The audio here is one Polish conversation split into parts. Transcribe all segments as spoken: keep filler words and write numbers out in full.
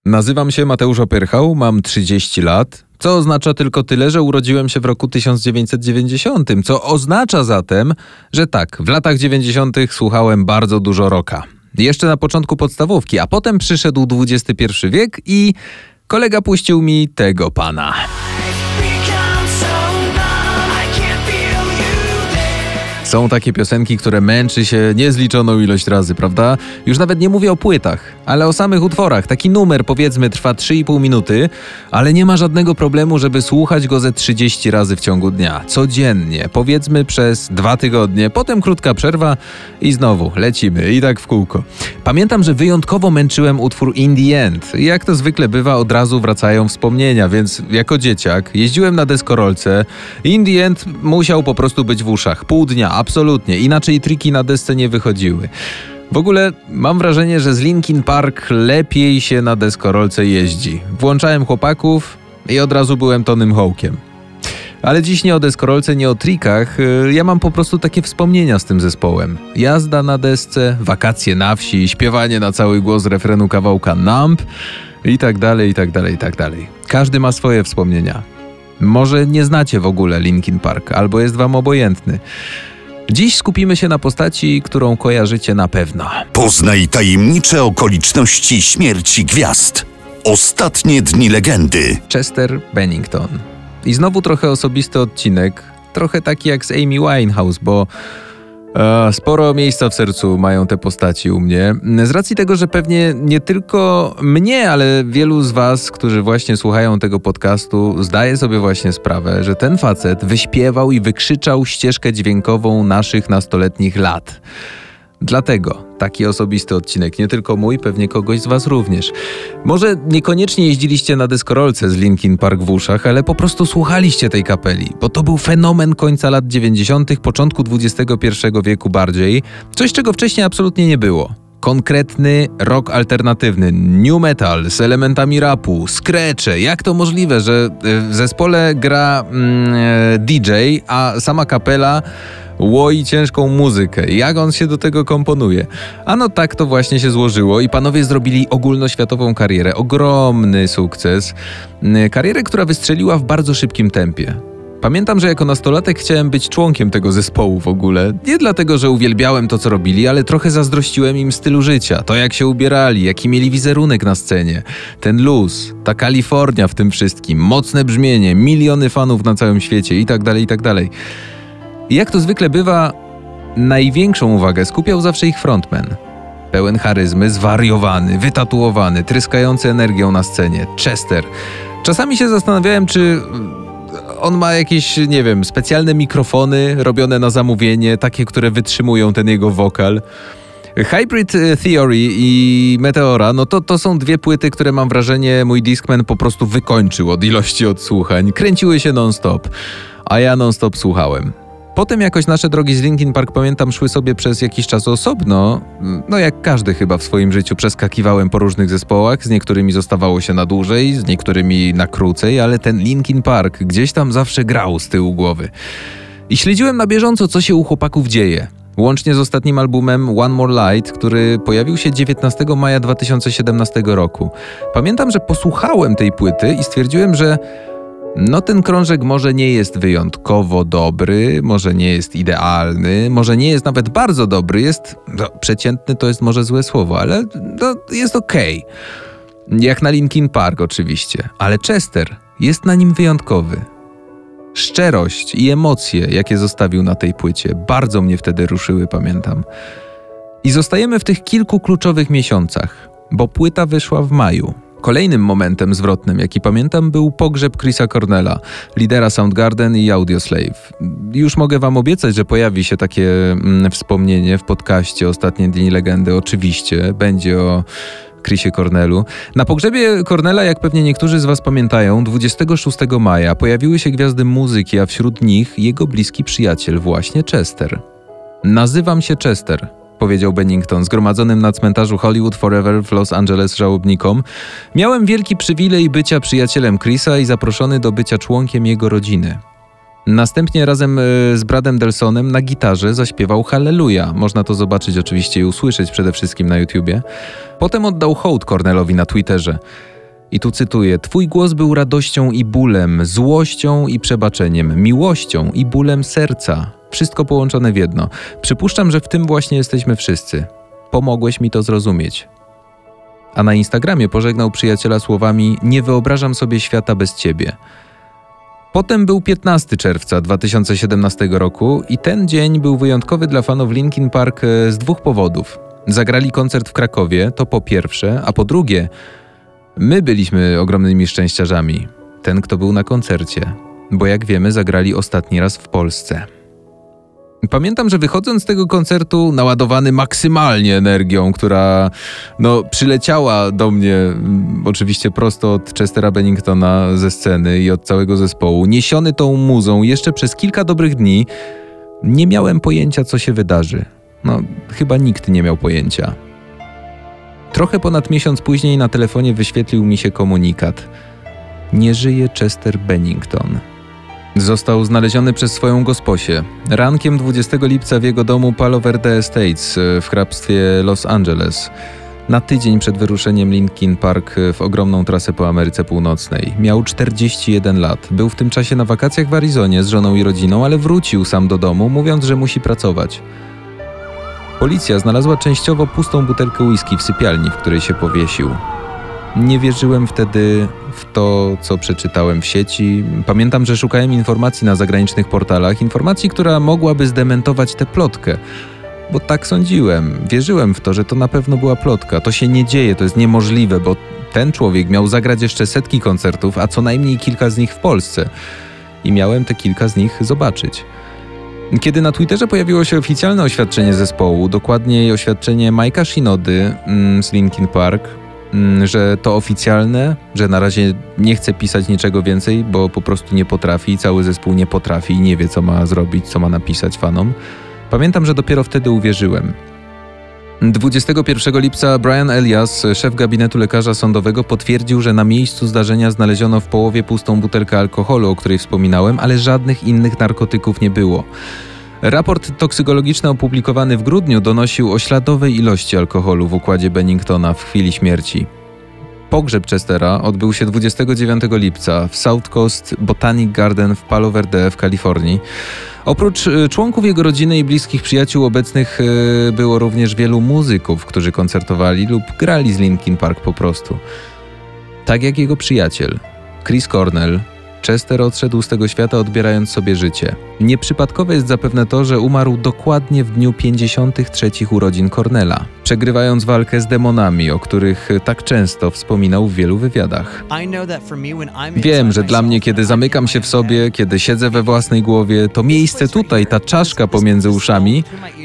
Nazywam się Mateusz Opyrchał, mam trzydzieści lat, co oznacza tylko tyle, że urodziłem się w roku tysiąc dziewięćset dziewięćdziesiątym, co oznacza zatem, że tak, w latach dziewięćdziesiątych słuchałem bardzo dużo rocka. Jeszcze na początku podstawówki, a potem przyszedł dwudziesty pierwszy wiek i kolega puścił mi tego pana. Są takie piosenki, które męczy się niezliczoną ilość razy, prawda? Już nawet nie mówię o płytach, ale o samych utworach. Taki numer, powiedzmy, trwa trzy i pół minuty, ale nie ma żadnego problemu, żeby słuchać go ze trzydzieści razy w ciągu dnia. Codziennie, powiedzmy przez dwa tygodnie, potem krótka przerwa i znowu lecimy i tak w kółko. Pamiętam, że wyjątkowo męczyłem utwór In The End. Jak to zwykle bywa, od razu wracają wspomnienia, więc jako dzieciak jeździłem na deskorolce. In The End musiał po prostu być w uszach. Pół dnia. Absolutnie, inaczej triki na desce nie wychodziły. W ogóle mam wrażenie, że z Linkin Park lepiej się na deskorolce jeździ. Włączałem chłopaków i od razu byłem Tonym Hawkiem. Ale dziś nie o deskorolce, nie o trikach, ja mam po prostu takie wspomnienia z tym zespołem. Jazda na desce, wakacje na wsi, śpiewanie na cały głos refrenu kawałka Numb i tak dalej, i tak dalej, i tak dalej. Każdy ma swoje wspomnienia. Może nie znacie w ogóle Linkin Park, albo jest wam obojętny. Dziś skupimy się na postaci, którą kojarzycie na pewno. Poznaj tajemnicze okoliczności śmierci gwiazd. Ostatnie dni legendy. Chester Bennington. I znowu trochę osobisty odcinek, trochę taki jak z Amy Winehouse, bo e, sporo miejsca w sercu mają te postaci u mnie. Z racji tego, że pewnie nie tylko mnie, ale wielu z was, którzy właśnie słuchają tego podcastu, zdaje sobie właśnie sprawę, że ten facet wyśpiewał i wykrzyczał ścieżkę dźwiękową naszych nastoletnich lat. Dlatego taki osobisty odcinek, nie tylko mój, pewnie kogoś z was również. Może niekoniecznie jeździliście na deskorolce z Linkin Park w uszach, ale po prostu słuchaliście tej kapeli, bo to był fenomen końca lat dziewięćdziesiątych, początku dwudziestego pierwszego wieku bardziej, coś czego wcześniej absolutnie nie było. Konkretny rock alternatywny, new metal z elementami rapu, scratche. Jak to możliwe, że w zespole gra mm, D J, a sama kapela łoi ciężką muzykę? Jak on się do tego komponuje? Ano tak to właśnie się złożyło i panowie zrobili ogólnoświatową karierę, ogromny sukces. Karierę, która wystrzeliła w bardzo szybkim tempie. Pamiętam, że jako nastolatek chciałem być członkiem tego zespołu w ogóle. Nie dlatego, że uwielbiałem to, co robili, ale trochę zazdrościłem im stylu życia. To, jak się ubierali, jaki mieli wizerunek na scenie. Ten luz, ta Kalifornia w tym wszystkim, mocne brzmienie, miliony fanów na całym świecie i tak dalej, i tak dalej. I jak to zwykle bywa, największą uwagę skupiał zawsze ich frontman. Pełen charyzmy, zwariowany, wytatuowany, tryskający energią na scenie. Chester. Czasami się zastanawiałem, czy on ma jakieś, nie wiem, specjalne mikrofony robione na zamówienie, takie, które wytrzymują ten jego wokal. Hybrid Theory i Meteora, no to, to są dwie płyty, które mam wrażenie mój Discman po prostu wykończył od ilości odsłuchań. Kręciły się non-stop, a ja non-stop słuchałem. Potem jakoś nasze drogi z Linkin Park, pamiętam, szły sobie przez jakiś czas osobno. No jak każdy chyba w swoim życiu przeskakiwałem po różnych zespołach, z niektórymi zostawało się na dłużej, z niektórymi na krócej, ale ten Linkin Park gdzieś tam zawsze grał z tyłu głowy. I śledziłem na bieżąco, co się u chłopaków dzieje. Łącznie z ostatnim albumem One More Light, który pojawił się dziewiętnastego maja dwa tysiące siedemnastego roku. Pamiętam, że posłuchałem tej płyty i stwierdziłem, że no ten krążek może nie jest wyjątkowo dobry, może nie jest idealny, może nie jest nawet bardzo dobry, jest no, przeciętny, to jest może złe słowo, ale no, jest okej. Okay. Jak na Linkin Park oczywiście, ale Chester jest na nim wyjątkowy. Szczerość i emocje, jakie zostawił na tej płycie, bardzo mnie wtedy ruszyły, pamiętam. I zostajemy w tych kilku kluczowych miesiącach, bo płyta wyszła w maju. Kolejnym momentem zwrotnym, jaki pamiętam, był pogrzeb Chrisa Cornella, lidera Soundgarden i Audioslave. Już mogę wam obiecać, że pojawi się takie mm, wspomnienie w podcaście Ostatnie Dni Legendy. Oczywiście, będzie o Chrisie Cornellu. Na pogrzebie Cornella, jak pewnie niektórzy z was pamiętają, dwudziestego szóstego maja pojawiły się gwiazdy muzyki, a wśród nich jego bliski przyjaciel, właśnie Chester. Nazywam się Chester, powiedział Bennington zgromadzonym na cmentarzu Hollywood Forever w Los Angeles żałobnikom. Miałem wielki przywilej bycia przyjacielem Chrisa i zaproszony do bycia członkiem jego rodziny. Następnie razem z Bradem Delsonem na gitarze zaśpiewał Halleluja. Można to zobaczyć oczywiście i usłyszeć przede wszystkim na YouTubie. Potem oddał hołd Cornellowi na Twitterze. I tu cytuję: twój głos był radością i bólem, złością i przebaczeniem, miłością i bólem serca. Wszystko połączone w jedno. Przypuszczam, że w tym właśnie jesteśmy wszyscy. Pomogłeś mi to zrozumieć. A na Instagramie pożegnał przyjaciela słowami: nie wyobrażam sobie świata bez ciebie. Potem był piętnastego czerwca dwa tysiące siedemnastego roku i ten dzień był wyjątkowy dla fanów Linkin Park z dwóch powodów. Zagrali koncert w Krakowie, to po pierwsze, a po drugie, my byliśmy ogromnymi szczęściarzami. Ten, kto był na koncercie, bo jak wiemy, zagrali ostatni raz w Polsce. Pamiętam, że wychodząc z tego koncertu naładowany maksymalnie energią, która no, przyleciała do mnie m, oczywiście prosto od Chestera Benningtona ze sceny i od całego zespołu, niesiony tą muzą jeszcze przez kilka dobrych dni, nie miałem pojęcia, co się wydarzy. No, chyba nikt nie miał pojęcia. Trochę ponad miesiąc później na telefonie wyświetlił mi się komunikat: nie żyje Chester Bennington. Został znaleziony przez swoją gosposię. Rankiem dwudziestego lipca w jego domu Palo Verde Estates w hrabstwie Los Angeles. Na tydzień przed wyruszeniem Linkin Park w ogromną trasę po Ameryce Północnej. Miał czterdzieści jeden lat. Był w tym czasie na wakacjach w Arizonie z żoną i rodziną, ale wrócił sam do domu, mówiąc, że musi pracować. Policja znalazła częściowo pustą butelkę whisky w sypialni, w której się powiesił. Nie wierzyłem wtedy w to, co przeczytałem w sieci. Pamiętam, że szukałem informacji na zagranicznych portalach, informacji, która mogłaby zdementować tę plotkę. Bo tak sądziłem, wierzyłem w to, że to na pewno była plotka. To się nie dzieje, to jest niemożliwe, bo ten człowiek miał zagrać jeszcze setki koncertów, a co najmniej kilka z nich w Polsce. I miałem te kilka z nich zobaczyć. Kiedy na Twitterze pojawiło się oficjalne oświadczenie zespołu, dokładniej oświadczenie Mike'a Shinody mm, z Linkin Park, mm, że to oficjalne, że na razie nie chce pisać niczego więcej, bo po prostu nie potrafi, cały zespół nie potrafi i nie wie, co ma zrobić, co ma napisać fanom. Pamiętam, że dopiero wtedy uwierzyłem. dwudziestego pierwszego lipca Brian Elias, szef gabinetu lekarza sądowego, potwierdził, że na miejscu zdarzenia znaleziono w połowie pustą butelkę alkoholu, o której wspominałem, ale żadnych innych narkotyków nie było. Raport toksykologiczny opublikowany w grudniu donosił o śladowej ilości alkoholu w układzie Benningtona w chwili śmierci. Pogrzeb Chestera odbył się dwudziestego dziewiątego lipca w South Coast Botanic Garden w Palo Verde w Kalifornii. Oprócz członków jego rodziny i bliskich przyjaciół obecnych było również wielu muzyków, którzy koncertowali lub grali z Linkin Park po prostu. Tak jak jego przyjaciel, Chris Cornell, Chester odszedł z tego świata, odbierając sobie życie. Nieprzypadkowe jest zapewne to, że umarł dokładnie w dniu pięćdziesiątych trzecich urodzin Cornella, przegrywając walkę z demonami, o których tak często wspominał w wielu wywiadach. Wiem, że dla mnie, kiedy zamykam się w sobie, kiedy siedzę we własnej głowie, to miejsce tutaj, ta czaszka pomiędzy uszami,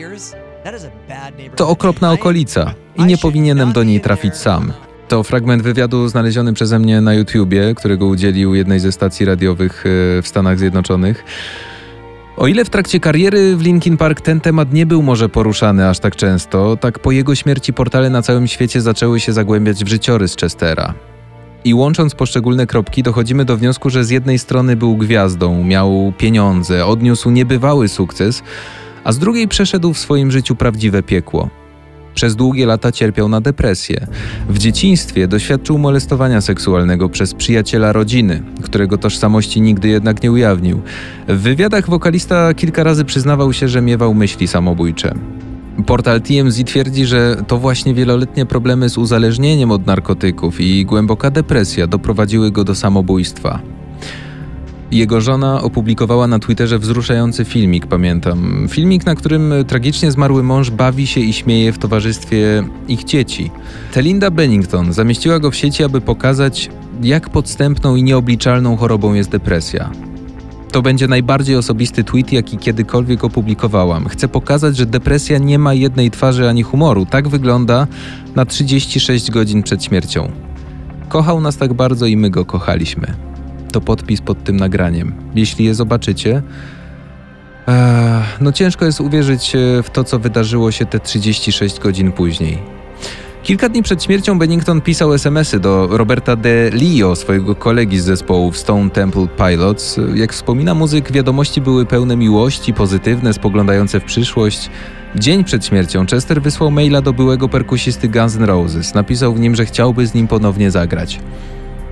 to okropna okolica i nie powinienem do niej trafić sam. To fragment wywiadu znaleziony przeze mnie na YouTubie, którego udzielił jednej ze stacji radiowych w Stanach Zjednoczonych. O ile w trakcie kariery w Linkin Park ten temat nie był może poruszany aż tak często, tak po jego śmierci portale na całym świecie zaczęły się zagłębiać w życiorys Chestera. I łącząc poszczególne kropki, dochodzimy do wniosku, że z jednej strony był gwiazdą, miał pieniądze, odniósł niebywały sukces, a z drugiej przeszedł w swoim życiu prawdziwe piekło. Przez długie lata cierpiał na depresję. W dzieciństwie doświadczył molestowania seksualnego przez przyjaciela rodziny, którego tożsamości nigdy jednak nie ujawnił. W wywiadach wokalista kilka razy przyznawał się, że miewał myśli samobójcze. Portal T M Z twierdzi, że to właśnie wieloletnie problemy z uzależnieniem od narkotyków i głęboka depresja doprowadziły go do samobójstwa. Jego żona opublikowała na Twitterze wzruszający filmik, pamiętam. Filmik, na którym tragicznie zmarły mąż bawi się i śmieje w towarzystwie ich dzieci. Telinda Bennington zamieściła go w sieci, aby pokazać, jak podstępną i nieobliczalną chorobą jest depresja. To będzie najbardziej osobisty tweet, jaki kiedykolwiek opublikowałam. Chcę pokazać, że depresja nie ma jednej twarzy ani humoru. Tak wygląda na trzydzieści sześć godzin przed śmiercią. Kochał nas tak bardzo i my go kochaliśmy. To podpis pod tym nagraniem. Jeśli je zobaczycie, ee, no ciężko jest uwierzyć w to, co wydarzyło się te trzydzieści sześć godzin później. Kilka dni przed śmiercią Bennington pisał es em esy do Roberta De Leo, swojego kolegi z zespołu Stone Temple Pilots. Jak wspomina muzyk, wiadomości były pełne miłości, pozytywne, spoglądające w przyszłość. Dzień przed śmiercią Chester wysłał maila do byłego perkusisty Guns N' Roses. Napisał w nim, że chciałby z nim ponownie zagrać.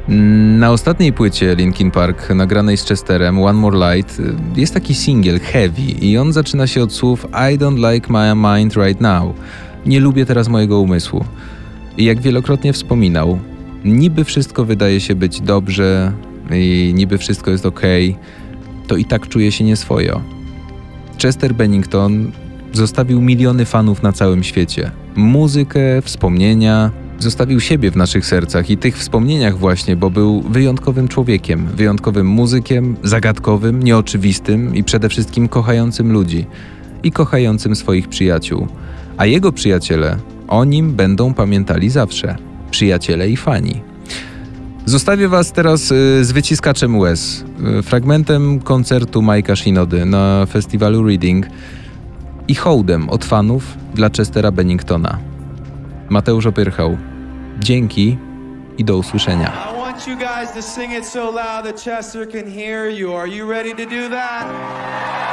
Na ostatniej płycie Linkin Park, nagranej z Chesterem, One More Light, jest taki singiel, Heavy, i on zaczyna się od słów I don't like my mind right now. Nie lubię teraz mojego umysłu. I jak wielokrotnie wspominał, niby wszystko wydaje się być dobrze i niby wszystko jest okej, to i tak czuje się nieswojo. Chester Bennington zostawił miliony fanów na całym świecie. Muzykę, wspomnienia, zostawił siebie w naszych sercach i tych wspomnieniach właśnie, bo był wyjątkowym człowiekiem, wyjątkowym muzykiem, zagadkowym, nieoczywistym i przede wszystkim kochającym ludzi i kochającym swoich przyjaciół. A jego przyjaciele o nim będą pamiętali zawsze. Przyjaciele i fani. Zostawię was teraz y, z wyciskaczem łez, y, fragmentem koncertu Mike'a Shinody na festiwalu Reading i hołdem od fanów dla Chestera Benningtona. Mateusz Opyrchał. Dzięki i do usłyszenia. I want you guys to sing it so loud that Chester can hear you. Are you ready to do that?